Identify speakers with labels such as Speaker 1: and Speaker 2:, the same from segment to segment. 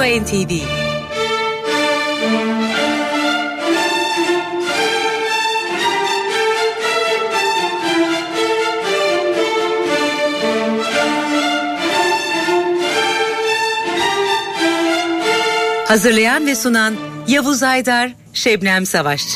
Speaker 1: Stüdyo NTV. Hazırlayan ve sunan Yavuz Aydar, Şebnem Savaşçı.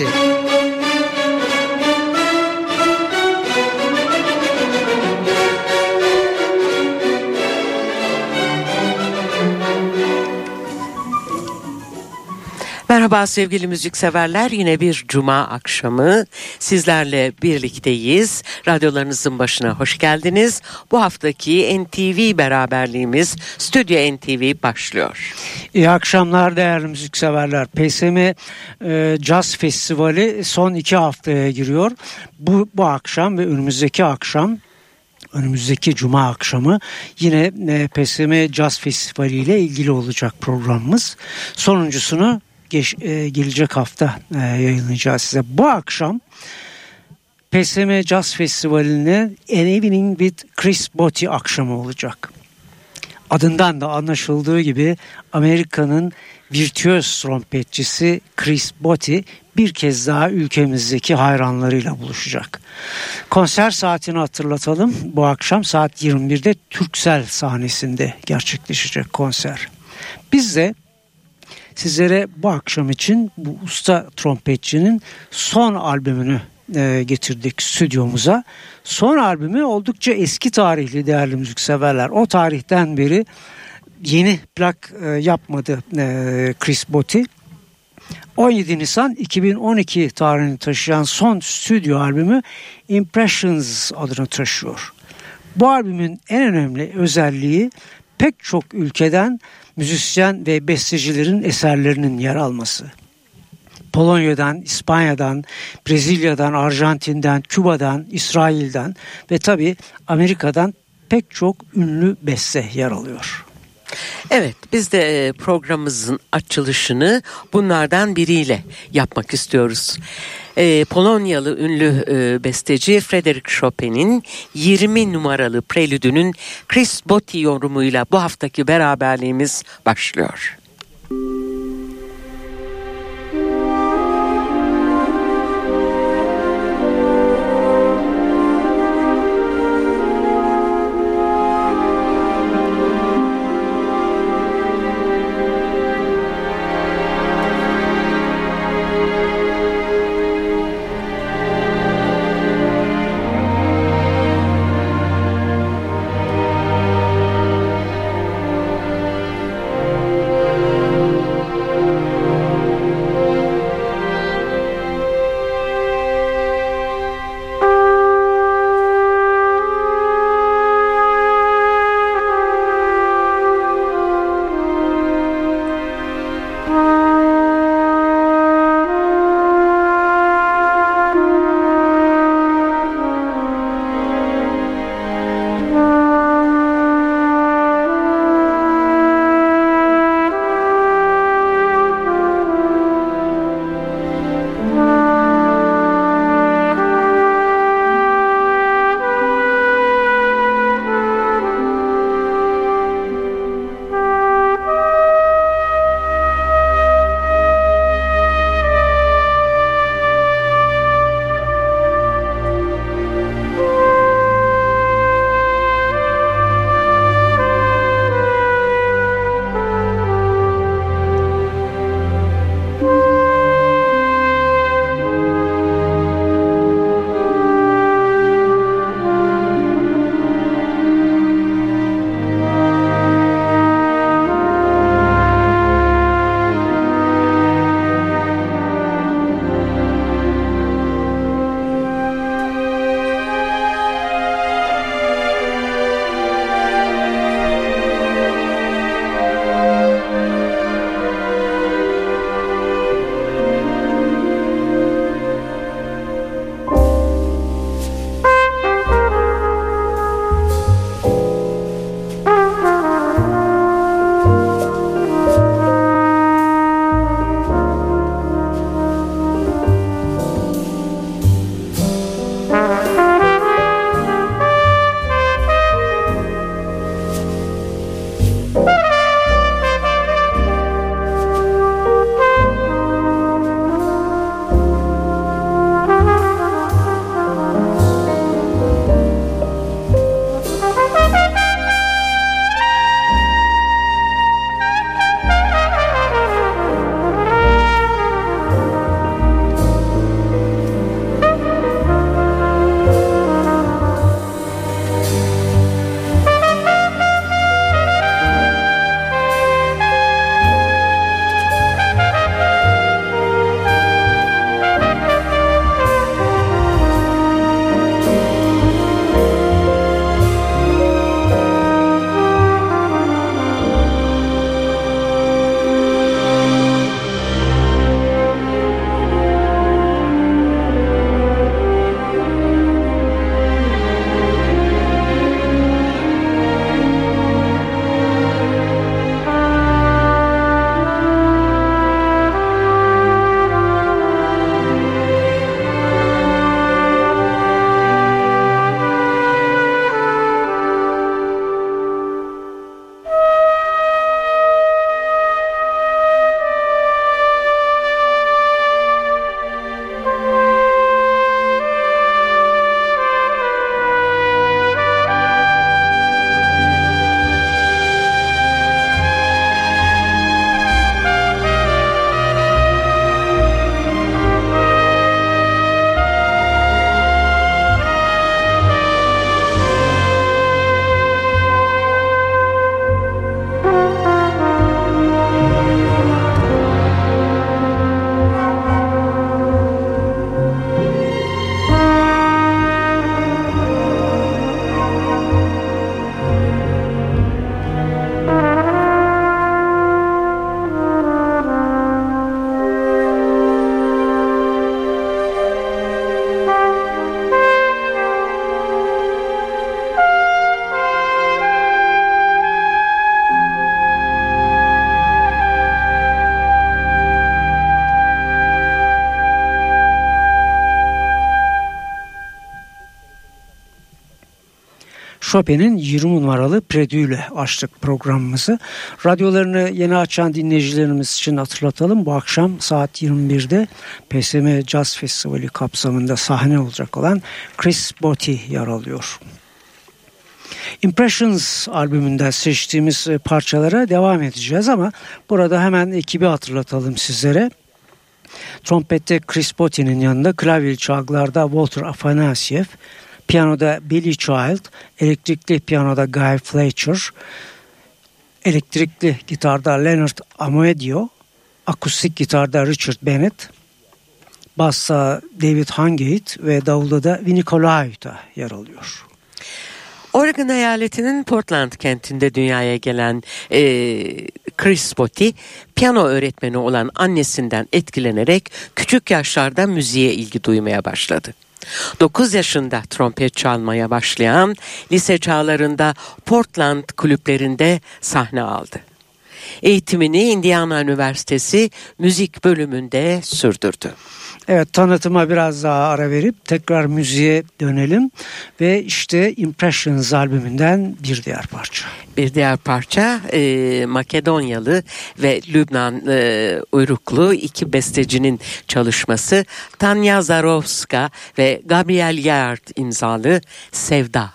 Speaker 2: Merhaba sevgili müzikseverler, yine bir cuma akşamı sizlerle birlikteyiz. Radyolarınızın başına hoş geldiniz. Bu haftaki NTV beraberliğimiz Stüdyo NTV başlıyor.
Speaker 3: İyi akşamlar değerli müzikseverler. PSM Jazz Festivali son 2 haftaya giriyor. Bu akşam ve önümüzdeki cuma akşamı yine PSM Jazz Festivali ile ilgili olacak programımız. Sonuncusunu gelecek hafta yayınlayacağız size. Bu akşam PSM Jazz Festivali'ne An Evening with Chris Botti akşamı olacak. Adından da anlaşıldığı gibi Amerika'nın virtüöz trompetçisi Chris Botti bir kez daha ülkemizdeki hayranlarıyla buluşacak. Konser saatini hatırlatalım. Bu akşam saat 21'de Turkcell sahnesinde gerçekleşecek konser. Biz de sizlere bu akşam için bu usta trompetçinin son albümünü getirdik stüdyomuza. Son albümü oldukça eski tarihli değerli müzikseverler. O tarihten beri yeni plak yapmadı Chris Botti. 17 Nisan 2012 tarihini taşıyan son stüdyo albümü Impressions adını taşıyor. Bu albümün en önemli özelliği pek çok ülkeden müzisyen ve bestecilerin eserlerinin yer alması. Polonya'dan, İspanya'dan, Brezilya'dan, Arjantin'den, Küba'dan, İsrail'den ve tabii Amerika'dan pek çok ünlü beste yer alıyor.
Speaker 2: Evet, biz de programımızın açılışını bunlardan biriyle yapmak istiyoruz. Polonyalı ünlü besteci Frédéric Chopin'in 20 numaralı prelüdünün Chris Botti yorumuyla bu haftaki beraberliğimiz başlıyor.
Speaker 3: Chopin'in 20 numaralı Predü'yle açtık programımızı. Radyolarını yeni açan dinleyicilerimiz için hatırlatalım. Bu akşam saat 21'de PSM Jazz Festivali kapsamında sahne olacak olan Chris Botti yer alıyor. Impressions albümünden seçtiğimiz parçalara devam edeceğiz ama burada hemen ekibi hatırlatalım sizlere. Trompette Chris Botti'nin yanında, klavyeli çalgılarda Walter Afanasiev, piyanoda Billy Child, elektrikli piyanoda Guy Fletcher, elektrikli gitarda Leonard Amoedio, akustik gitarda Richard Bennett, bassa David Hungate ve davulda da Vinnie Colaiuta yer alıyor.
Speaker 2: Oregon eyaletinin Portland kentinde dünyaya gelen Chris Botti, piyano öğretmeni olan annesinden etkilenerek küçük yaşlarda müziğe ilgi duymaya başladı. 9 yaşında trompet çalmaya başlayan, lise çağlarında Portland kulüplerinde sahne aldı. Eğitimini Indiana Üniversitesi müzik bölümünde sürdürdü.
Speaker 3: Evet, tanıtıma biraz daha ara verip tekrar müziğe dönelim ve işte Impressions albümünden bir diğer parça.
Speaker 2: Bir diğer parça Makedonyalı ve Lübnan uyruklu iki bestecinin çalışması, Tanya Zarovska ve Gabriel Yard imzalı Sevda.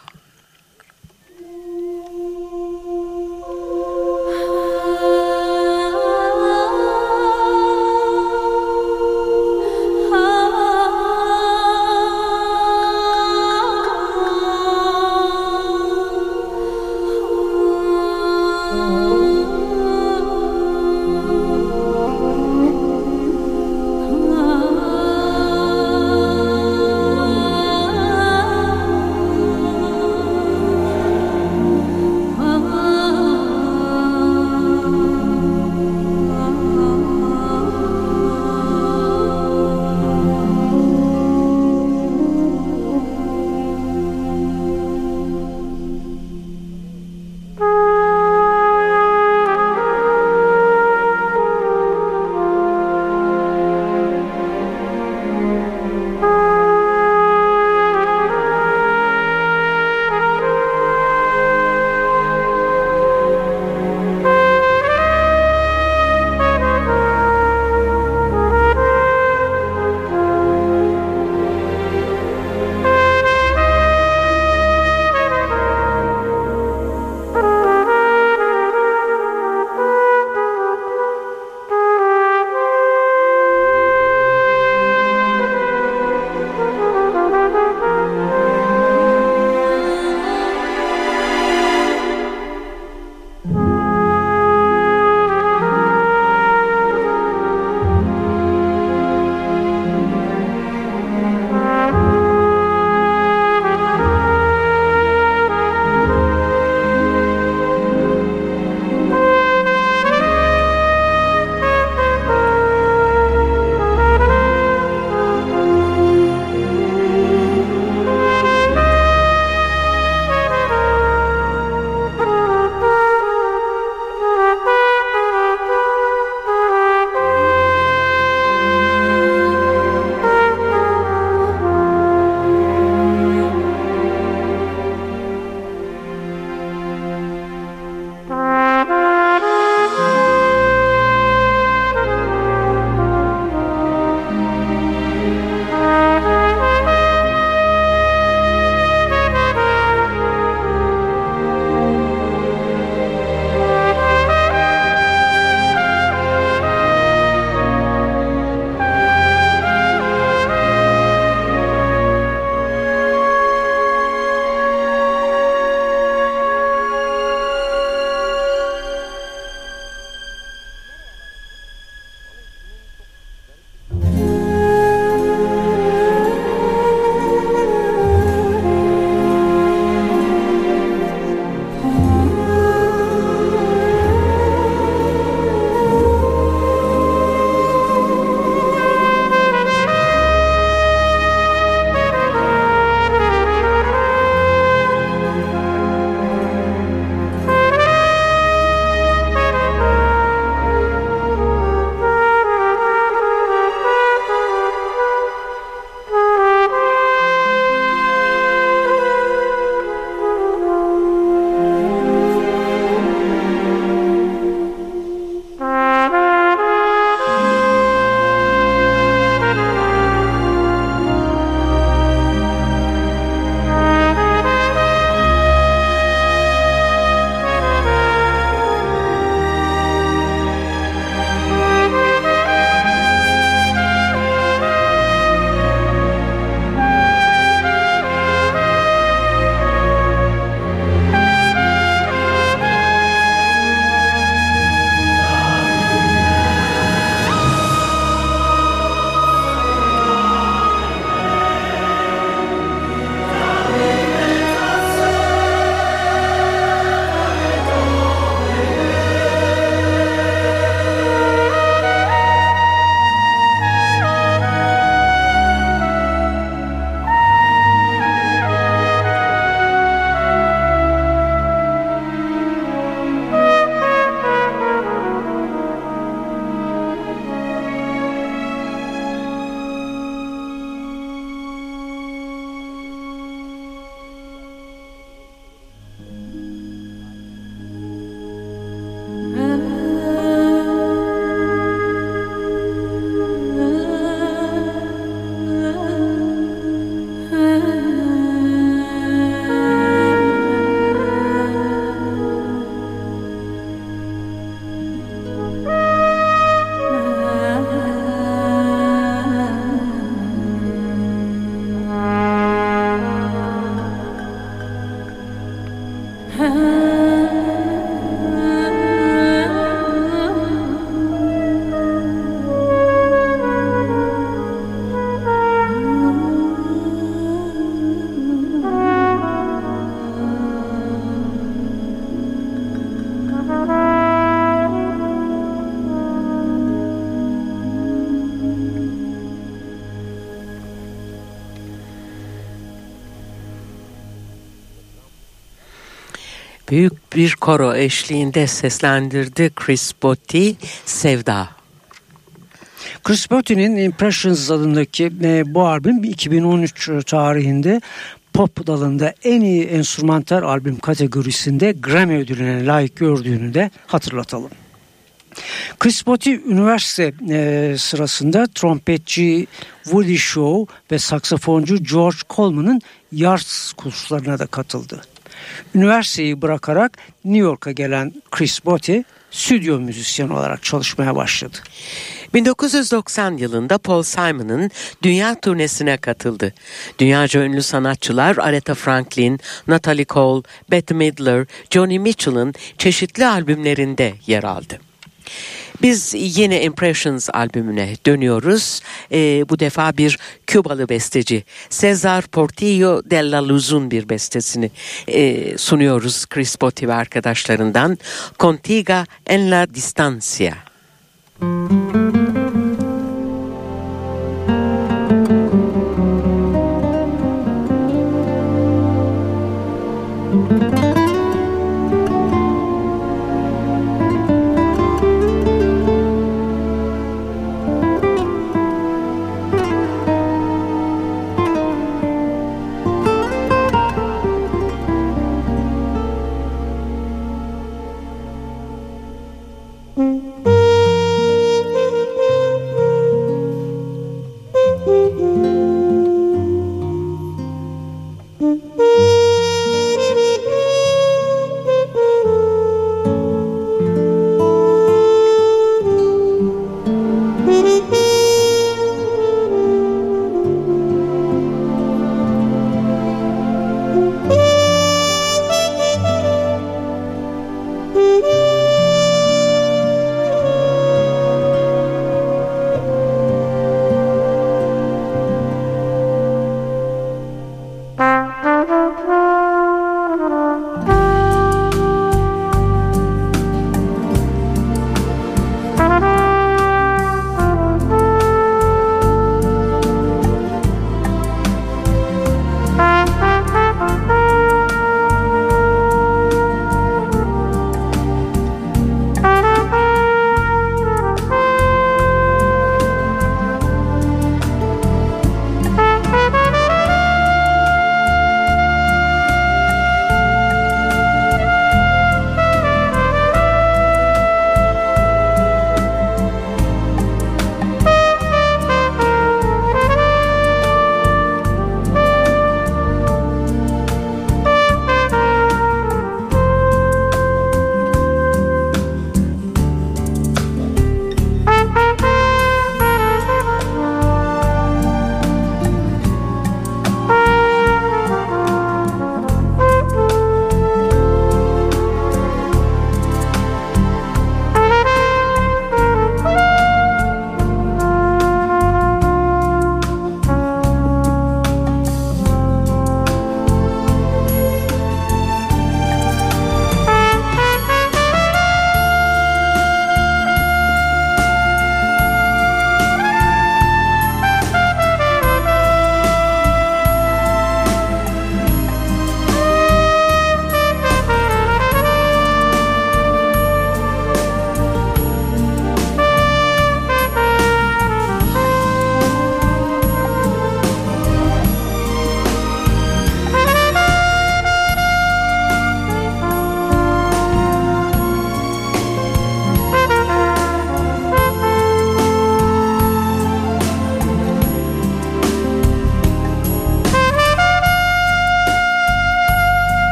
Speaker 2: Büyük bir koro eşliğinde seslendirdi Chris Botti, Sevda.
Speaker 3: Chris Botti'nin Impressions adındaki bu albüm 2013 tarihinde pop dalında en iyi enstrümantal albüm kategorisinde Grammy ödülüne layık gördüğünü de hatırlatalım. Chris Botti üniversite sırasında trompetçi Woody Shaw ve saksafoncu George Coleman'ın Yards kurslarına da katıldı. Üniversiteyi bırakarak New York'a gelen Chris Botti stüdyo müzisyen olarak çalışmaya başladı.
Speaker 2: 1990 yılında Paul Simon'ın dünya turnesine katıldı. Dünyaca ünlü sanatçılar Aretha Franklin, Natalie Cole, Bette Midler, Joni Mitchell'ın çeşitli albümlerinde yer aldı. Biz yine Impressions albümüne dönüyoruz. Bu defa bir Kübalı besteci Cesar Portillo de la Luz'un bir bestesini sunuyoruz Chris Botti ve arkadaşlarından. Contigo en la distancia.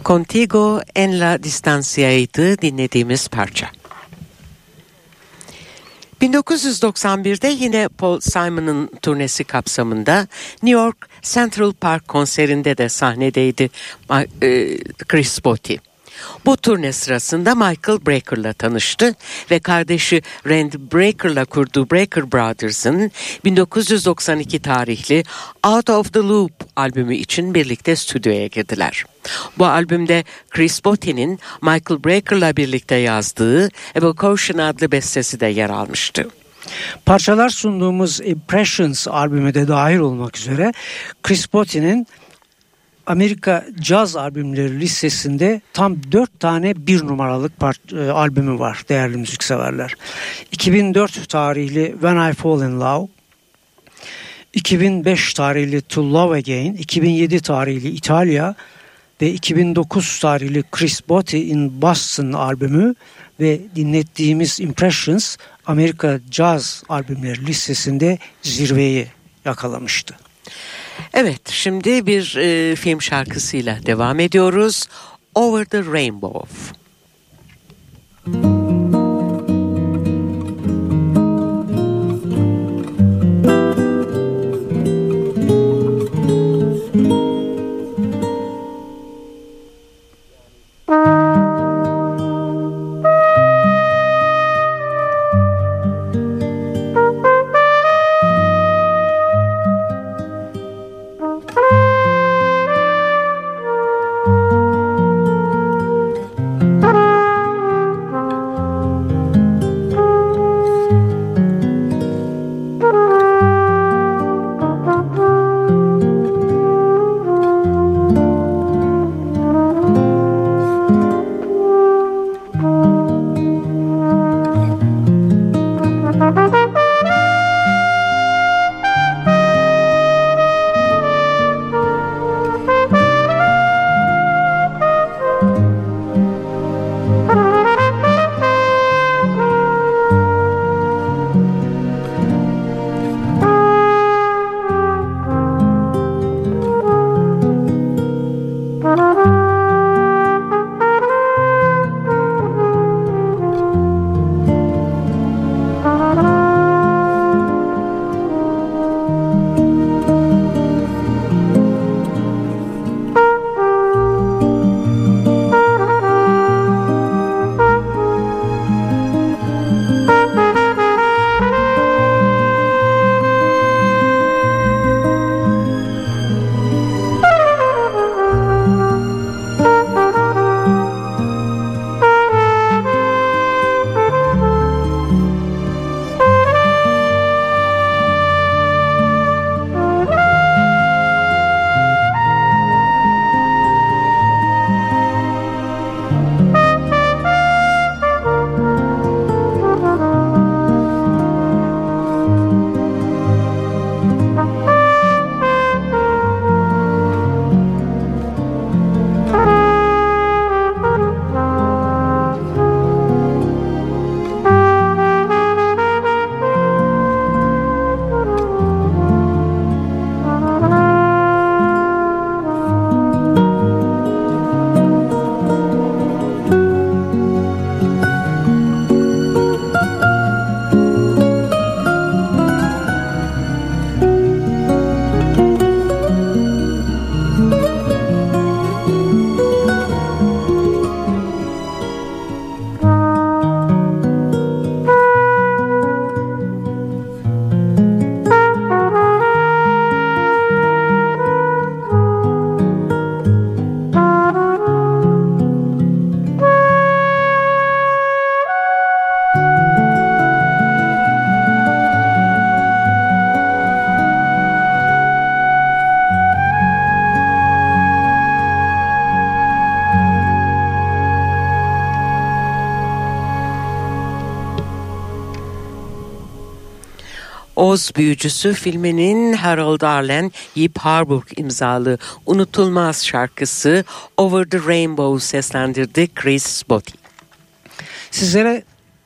Speaker 2: Contigo en la Distancia'ydı dinlediğimiz parça. 1991'de yine Paul Simon'ın turnesi kapsamında New York Central Park konserinde de sahnedeydi Chris Botti. Bu turne sırasında Michael Breaker'la tanıştı ve kardeşi Randy Breaker'la kurduğu Breaker Brothers'ın 1992 tarihli Out of the Loop albümü için birlikte stüdyoya girdiler. Bu albümde Chris Botti'nin Michael Breaker'la birlikte yazdığı Evocation adlı bestesi de yer almıştı.
Speaker 3: Parçalar sunduğumuz Impressions albümü de dahil olmak üzere Chris Botti'nin Amerika caz albümleri listesinde tam 4 tane 1 numaralık albümü var değerli müzikseverler. 2004 tarihli When I Fall in Love, 2005 tarihli To Love Again, 2007 tarihli İtalya ve 2009 tarihli Chris Botti in Boston albümü ve dinlettiğimiz Impressions Amerika caz albümleri listesinde zirveyi yakalamıştı.
Speaker 2: Evet, şimdi bir film şarkısıyla devam ediyoruz. Over the Rainbow. Oz Büyücüsü filminin Harold Arlen, Yip Harburg imzalı unutulmaz şarkısı Over the Rainbow seslendirdi Chris Botti.
Speaker 3: Sizlere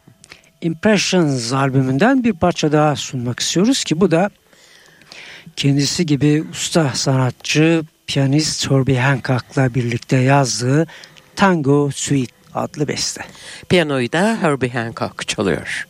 Speaker 3: Impressions albümünden bir parça daha sunmak istiyoruz ki bu da kendisi gibi usta sanatçı piyanist Herbie Hancock'la birlikte yazdığı Tango Suite adlı beste.
Speaker 2: Piyanoyu da Herbie Hancock çalıyor.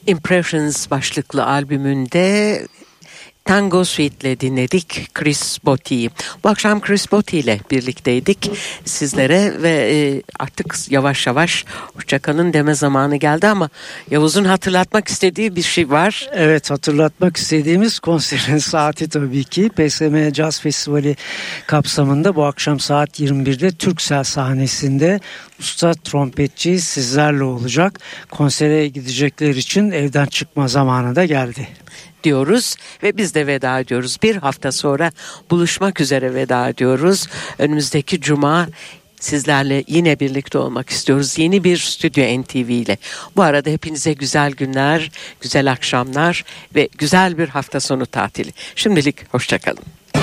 Speaker 2: Impressions başlıklı albümünde Tango Suite'le dinledik Chris Botti'yi. Bu akşam Chris Botti ile birlikteydik sizlere ve artık yavaş yavaş hoşçakalın deme zamanı geldi ama Yavuz'un hatırlatmak istediği bir şey var.
Speaker 3: Evet, hatırlatmak istediğimiz konserin saati tabii ki PSM Jazz Festivali kapsamında bu akşam saat 21'de Turkcell sahnesinde usta trompetçi sizlerle olacak. Konsere gidecekler için evden çıkma zamanı da geldi
Speaker 2: diyoruz ve biz de veda ediyoruz. Bir hafta sonra buluşmak üzere veda ediyoruz. Önümüzdeki cuma sizlerle yine birlikte olmak istiyoruz. Yeni bir Stüdyo NTV ile. Bu arada hepinize güzel günler, güzel akşamlar ve güzel bir hafta sonu tatili. Şimdilik hoşçakalın.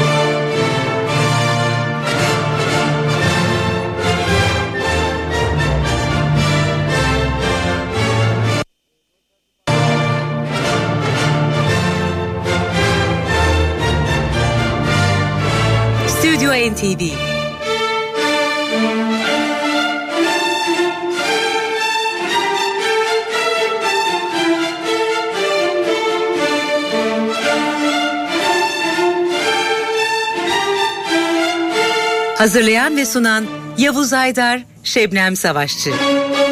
Speaker 1: Stüdyo NTV. Hazırlayan ve sunan Yavuz Aydar, Şebnem Savaşçı.